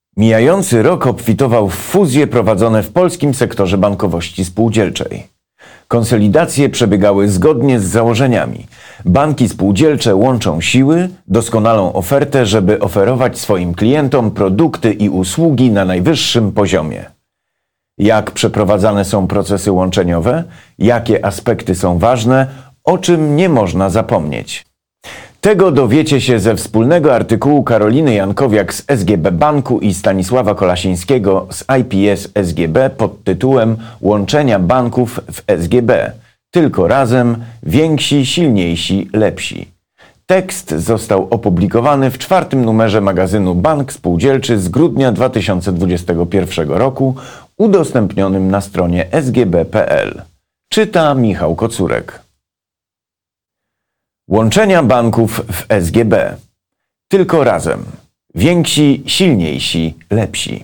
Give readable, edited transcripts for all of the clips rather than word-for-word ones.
Mijający rok obfitował w fuzje prowadzone w polskim sektorze bankowości spółdzielczej. Konsolidacje przebiegały zgodnie z założeniami. Banki spółdzielcze łączą siły, doskonalą ofertę, żeby oferować swoim klientom produkty i usługi na najwyższym poziomie. Jak przeprowadzane są procesy łączeniowe? Jakie aspekty są ważne? O czym nie można zapomnieć? Tego dowiecie się ze wspólnego artykułu Karoliny Jankowiak z SGB Banku i Stanisława Kolasińskiego z IPS SGB pod tytułem Łączenia banków w SGB. Tylko razem, więksi, silniejsi, lepsi. Tekst został opublikowany w 4. numerze magazynu Bank Spółdzielczy z grudnia 2021 roku, udostępnionym na stronie sgb.pl. Czyta Michał Kocurek. Łączenia banków w SGB. Tylko razem. Więksi, silniejsi, lepsi.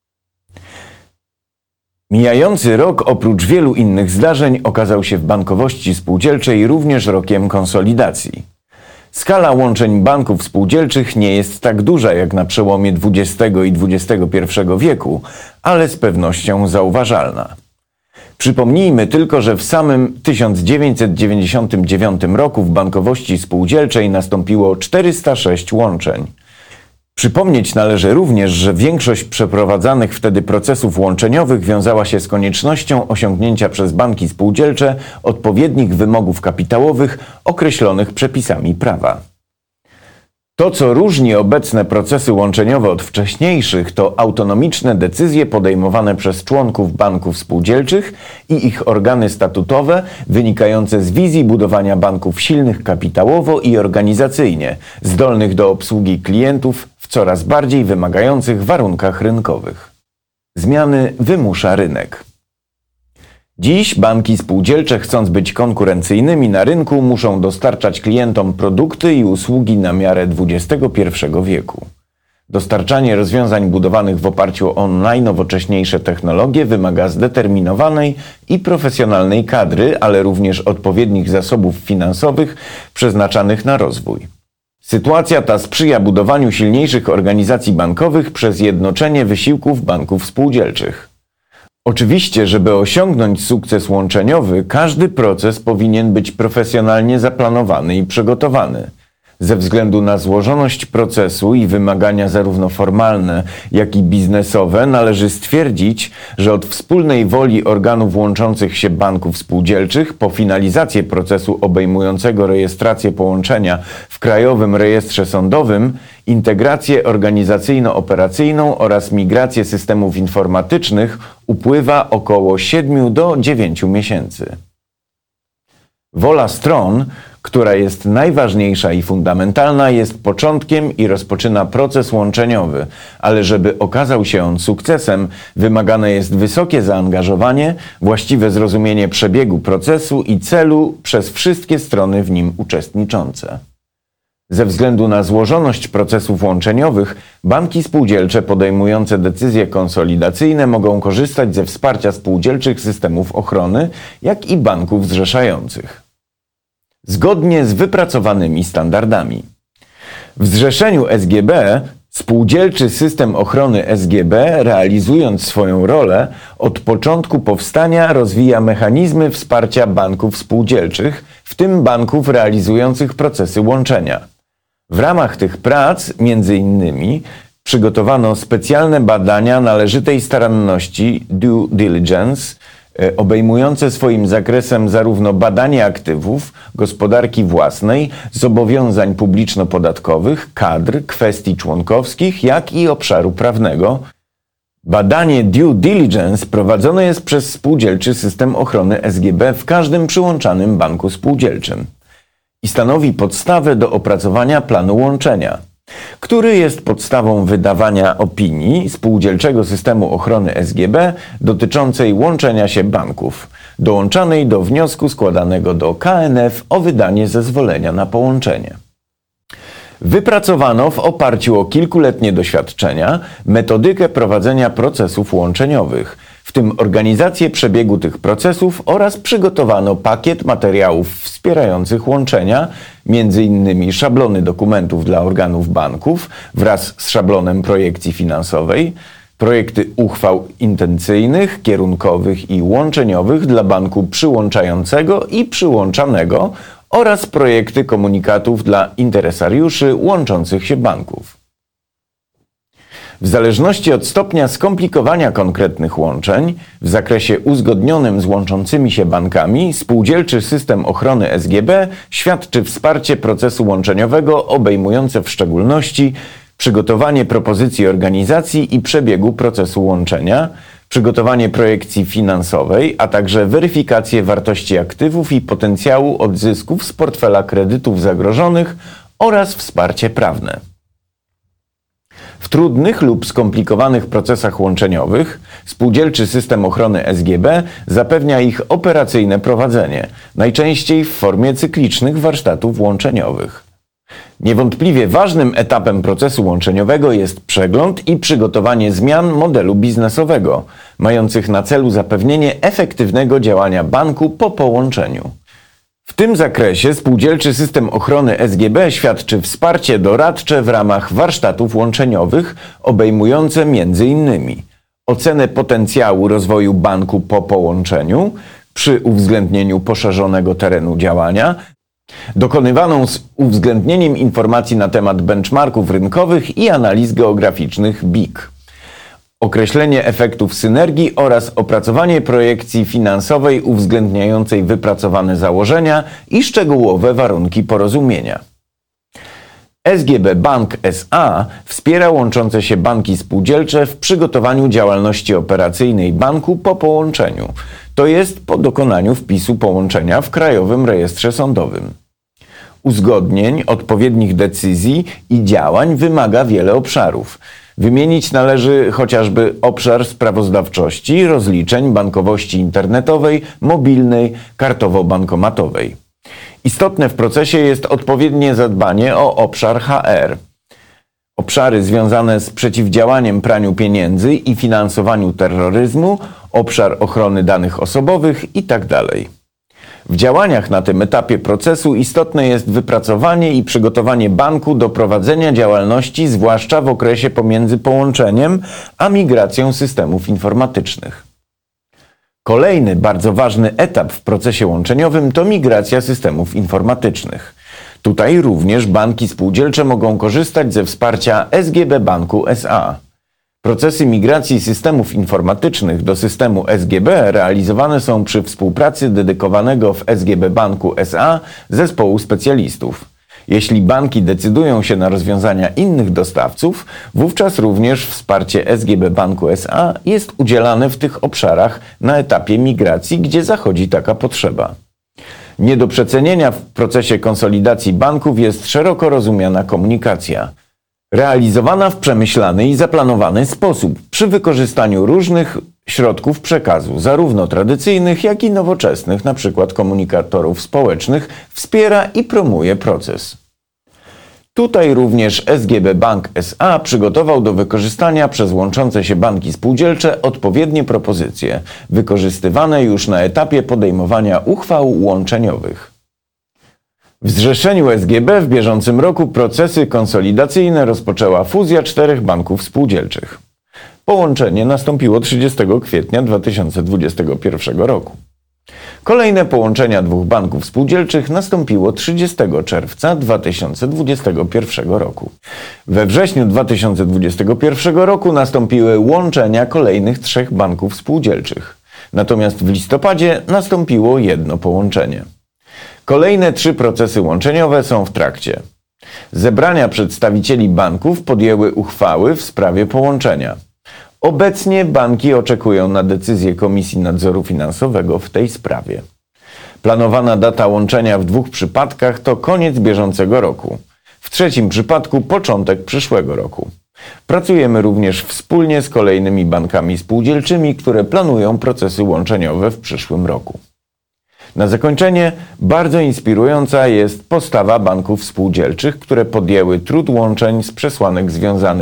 Mijający rok oprócz wielu innych zdarzeń okazał się w bankowości spółdzielczej również rokiem konsolidacji. Skala łączeń banków spółdzielczych nie jest tak duża jak na przełomie XX i XXI wieku, ale z pewnością zauważalna. Przypomnijmy tylko, że w samym 1999 roku w bankowości spółdzielczej nastąpiło 406 łączeń. Przypomnieć należy również, że większość przeprowadzanych wtedy procesów łączeniowych wiązała się z koniecznością osiągnięcia przez banki spółdzielcze odpowiednich wymogów kapitałowych określonych przepisami prawa. To, co różni obecne procesy łączeniowe od wcześniejszych, to autonomiczne decyzje podejmowane przez członków banków spółdzielczych i ich organy statutowe, wynikające z wizji budowania banków silnych kapitałowo i organizacyjnie, zdolnych do obsługi klientów w coraz bardziej wymagających warunkach rynkowych. Zmiany wymusza rynek. Dziś banki spółdzielcze, chcąc być konkurencyjnymi na rynku, muszą dostarczać klientom produkty i usługi na miarę XXI wieku. Dostarczanie rozwiązań budowanych w oparciu o najnowocześniejsze technologie wymaga zdeterminowanej i profesjonalnej kadry, ale również odpowiednich zasobów finansowych przeznaczanych na rozwój. Sytuacja ta sprzyja budowaniu silniejszych organizacji bankowych przez jednoczenie wysiłków banków spółdzielczych. Oczywiście, żeby osiągnąć sukces łączeniowy, każdy proces powinien być profesjonalnie zaplanowany i przygotowany. Ze względu na złożoność procesu i wymagania zarówno formalne, jak i biznesowe, należy stwierdzić, że od wspólnej woli organów łączących się banków spółdzielczych po finalizację procesu obejmującego rejestrację połączenia w Krajowym Rejestrze Sądowym, integrację organizacyjno-operacyjną oraz migrację systemów informatycznych upływa około 7 do 9 miesięcy. Wola stron, która jest najważniejsza i fundamentalna, jest początkiem i rozpoczyna proces łączeniowy, ale żeby okazał się on sukcesem, wymagane jest wysokie zaangażowanie, właściwe zrozumienie przebiegu procesu i celu przez wszystkie strony w nim uczestniczące. Ze względu na złożoność procesów łączeniowych, banki spółdzielcze podejmujące decyzje konsolidacyjne mogą korzystać ze wsparcia spółdzielczych systemów ochrony, jak i banków zrzeszających. Zgodnie z wypracowanymi standardami. W zrzeszeniu SGB spółdzielczy system ochrony SGB, realizując swoją rolę, od początku powstania rozwija mechanizmy wsparcia banków spółdzielczych, w tym banków realizujących procesy łączenia. W ramach tych prac, m.in. przygotowano specjalne badania należytej staranności due diligence, obejmujące swoim zakresem zarówno badanie aktywów, gospodarki własnej, zobowiązań publiczno-podatkowych, kadr, kwestii członkowskich, jak i obszaru prawnego. Badanie due diligence prowadzone jest przez spółdzielczy system ochrony SGB w każdym przyłączanym banku spółdzielczym i stanowi podstawę do opracowania planu łączenia, który jest podstawą wydawania opinii spółdzielczego systemu ochrony SGB dotyczącej łączenia się banków, dołączanej do wniosku składanego do KNF o wydanie zezwolenia na połączenie. Wypracowano w oparciu o kilkuletnie doświadczenia metodykę prowadzenia procesów łączeniowych, w tym organizację przebiegu tych procesów oraz przygotowano pakiet materiałów wspierających łączenia, m.in. szablony dokumentów dla organów banków wraz z szablonem projekcji finansowej, projekty uchwał intencyjnych, kierunkowych i łączeniowych dla banku przyłączającego i przyłączanego oraz projekty komunikatów dla interesariuszy łączących się banków. W zależności od stopnia skomplikowania konkretnych łączeń, w zakresie uzgodnionym z łączącymi się bankami, spółdzielczy system ochrony SGB świadczy wsparcie procesu łączeniowego obejmujące w szczególności przygotowanie propozycji organizacji i przebiegu procesu łączenia, przygotowanie projekcji finansowej, a także weryfikację wartości aktywów i potencjału odzysków z portfela kredytów zagrożonych oraz wsparcie prawne. W trudnych lub skomplikowanych procesach łączeniowych spółdzielczy system ochrony SGB zapewnia ich operacyjne prowadzenie, najczęściej w formie cyklicznych warsztatów łączeniowych. Niewątpliwie ważnym etapem procesu łączeniowego jest przegląd i przygotowanie zmian modelu biznesowego, mających na celu zapewnienie efektywnego działania banku po połączeniu. W tym zakresie spółdzielczy system ochrony SGB świadczy wsparcie doradcze w ramach warsztatów łączeniowych obejmujące m.in. ocenę potencjału rozwoju banku po połączeniu przy uwzględnieniu poszerzonego terenu działania, dokonywaną z uwzględnieniem informacji na temat benchmarków rynkowych i analiz geograficznych BIG, określenie efektów synergii oraz opracowanie projekcji finansowej uwzględniającej wypracowane założenia i szczegółowe warunki porozumienia. SGB Bank S.A. wspiera łączące się banki spółdzielcze w przygotowaniu działalności operacyjnej banku po połączeniu, to jest po dokonaniu wpisu połączenia w Krajowym Rejestrze Sądowym. Uzgodnień, odpowiednich decyzji i działań wymaga wiele obszarów. Wymienić należy chociażby obszar sprawozdawczości, rozliczeń, bankowości internetowej, mobilnej, kartowo-bankomatowej. Istotne w procesie jest odpowiednie zadbanie o obszar HR. Obszary związane z przeciwdziałaniem praniu pieniędzy i finansowaniu terroryzmu, obszar ochrony danych osobowych itd. W działaniach na tym etapie procesu istotne jest wypracowanie i przygotowanie banku do prowadzenia działalności, zwłaszcza w okresie pomiędzy połączeniem a migracją systemów informatycznych. Kolejny bardzo ważny etap w procesie łączeniowym to migracja systemów informatycznych. Tutaj również banki spółdzielcze mogą korzystać ze wsparcia SGB Banku S.A. Procesy migracji systemów informatycznych do systemu SGB realizowane są przy współpracy dedykowanego w SGB Banku S.A. zespołu specjalistów. Jeśli banki decydują się na rozwiązania innych dostawców, wówczas również wsparcie SGB Banku S.A. jest udzielane w tych obszarach na etapie migracji, gdzie zachodzi taka potrzeba. Nie do przecenienia w procesie konsolidacji banków jest szeroko rozumiana komunikacja, realizowana w przemyślany i zaplanowany sposób przy wykorzystaniu różnych środków przekazu, zarówno tradycyjnych, jak i nowoczesnych, np. komunikatorów społecznych, wspiera i promuje proces. Tutaj również SGB Bank S.A. przygotował do wykorzystania przez łączące się banki spółdzielcze odpowiednie propozycje, wykorzystywane już na etapie podejmowania uchwał łączeniowych. W zrzeszeniu SGB w bieżącym roku procesy konsolidacyjne rozpoczęła fuzja 4 banków spółdzielczych. Połączenie nastąpiło 30 kwietnia 2021 roku. Kolejne połączenia 2 banków spółdzielczych nastąpiło 30 czerwca 2021 roku. We wrześniu 2021 roku nastąpiły łączenia kolejnych 3 banków spółdzielczych. Natomiast w listopadzie nastąpiło jedno połączenie. Kolejne 3 procesy łączeniowe są w trakcie. Zebrania przedstawicieli banków podjęły uchwały w sprawie połączenia. Obecnie banki oczekują na decyzję Komisji Nadzoru Finansowego w tej sprawie. Planowana data łączenia w 2 przypadkach to koniec bieżącego roku. W 3 przypadku początek przyszłego roku. Pracujemy również wspólnie z kolejnymi bankami spółdzielczymi, które planują procesy łączeniowe w przyszłym roku. Na zakończenie bardzo inspirująca jest postawa banków spółdzielczych, które podjęły trud łączeń z przesłanek związanych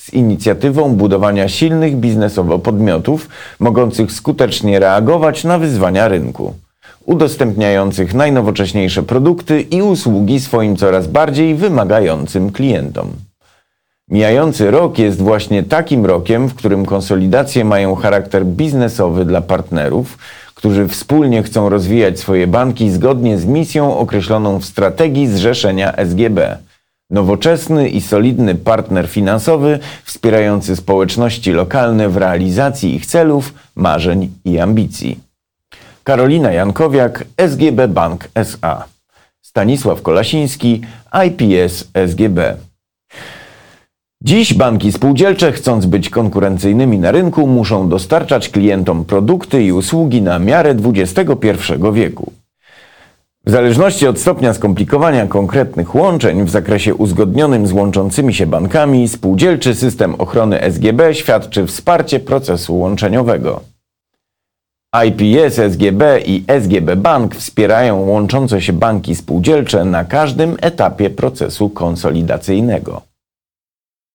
z inicjatywą budowania silnych biznesowo podmiotów, mogących skutecznie reagować na wyzwania rynku, udostępniających najnowocześniejsze produkty i usługi swoim coraz bardziej wymagającym klientom. Mijający rok jest właśnie takim rokiem, w którym konsolidacje mają charakter biznesowy dla partnerów, którzy wspólnie chcą rozwijać swoje banki zgodnie z misją określoną w strategii zrzeszenia SGB. Nowoczesny i solidny partner finansowy wspierający społeczności lokalne w realizacji ich celów, marzeń i ambicji. Karolina Jankowiak, SGB Bank S.A. Stanisław Kolasiński, IPS SGB. Dziś banki spółdzielcze, chcąc być konkurencyjnymi na rynku, muszą dostarczać klientom produkty i usługi na miarę XXI wieku. W zależności od stopnia skomplikowania konkretnych łączeń w zakresie uzgodnionym z łączącymi się bankami, spółdzielczy system ochrony SGB świadczy wsparcie procesu łączeniowego. IPS SGB i SGB Bank wspierają łączące się banki spółdzielcze na każdym etapie procesu konsolidacyjnego.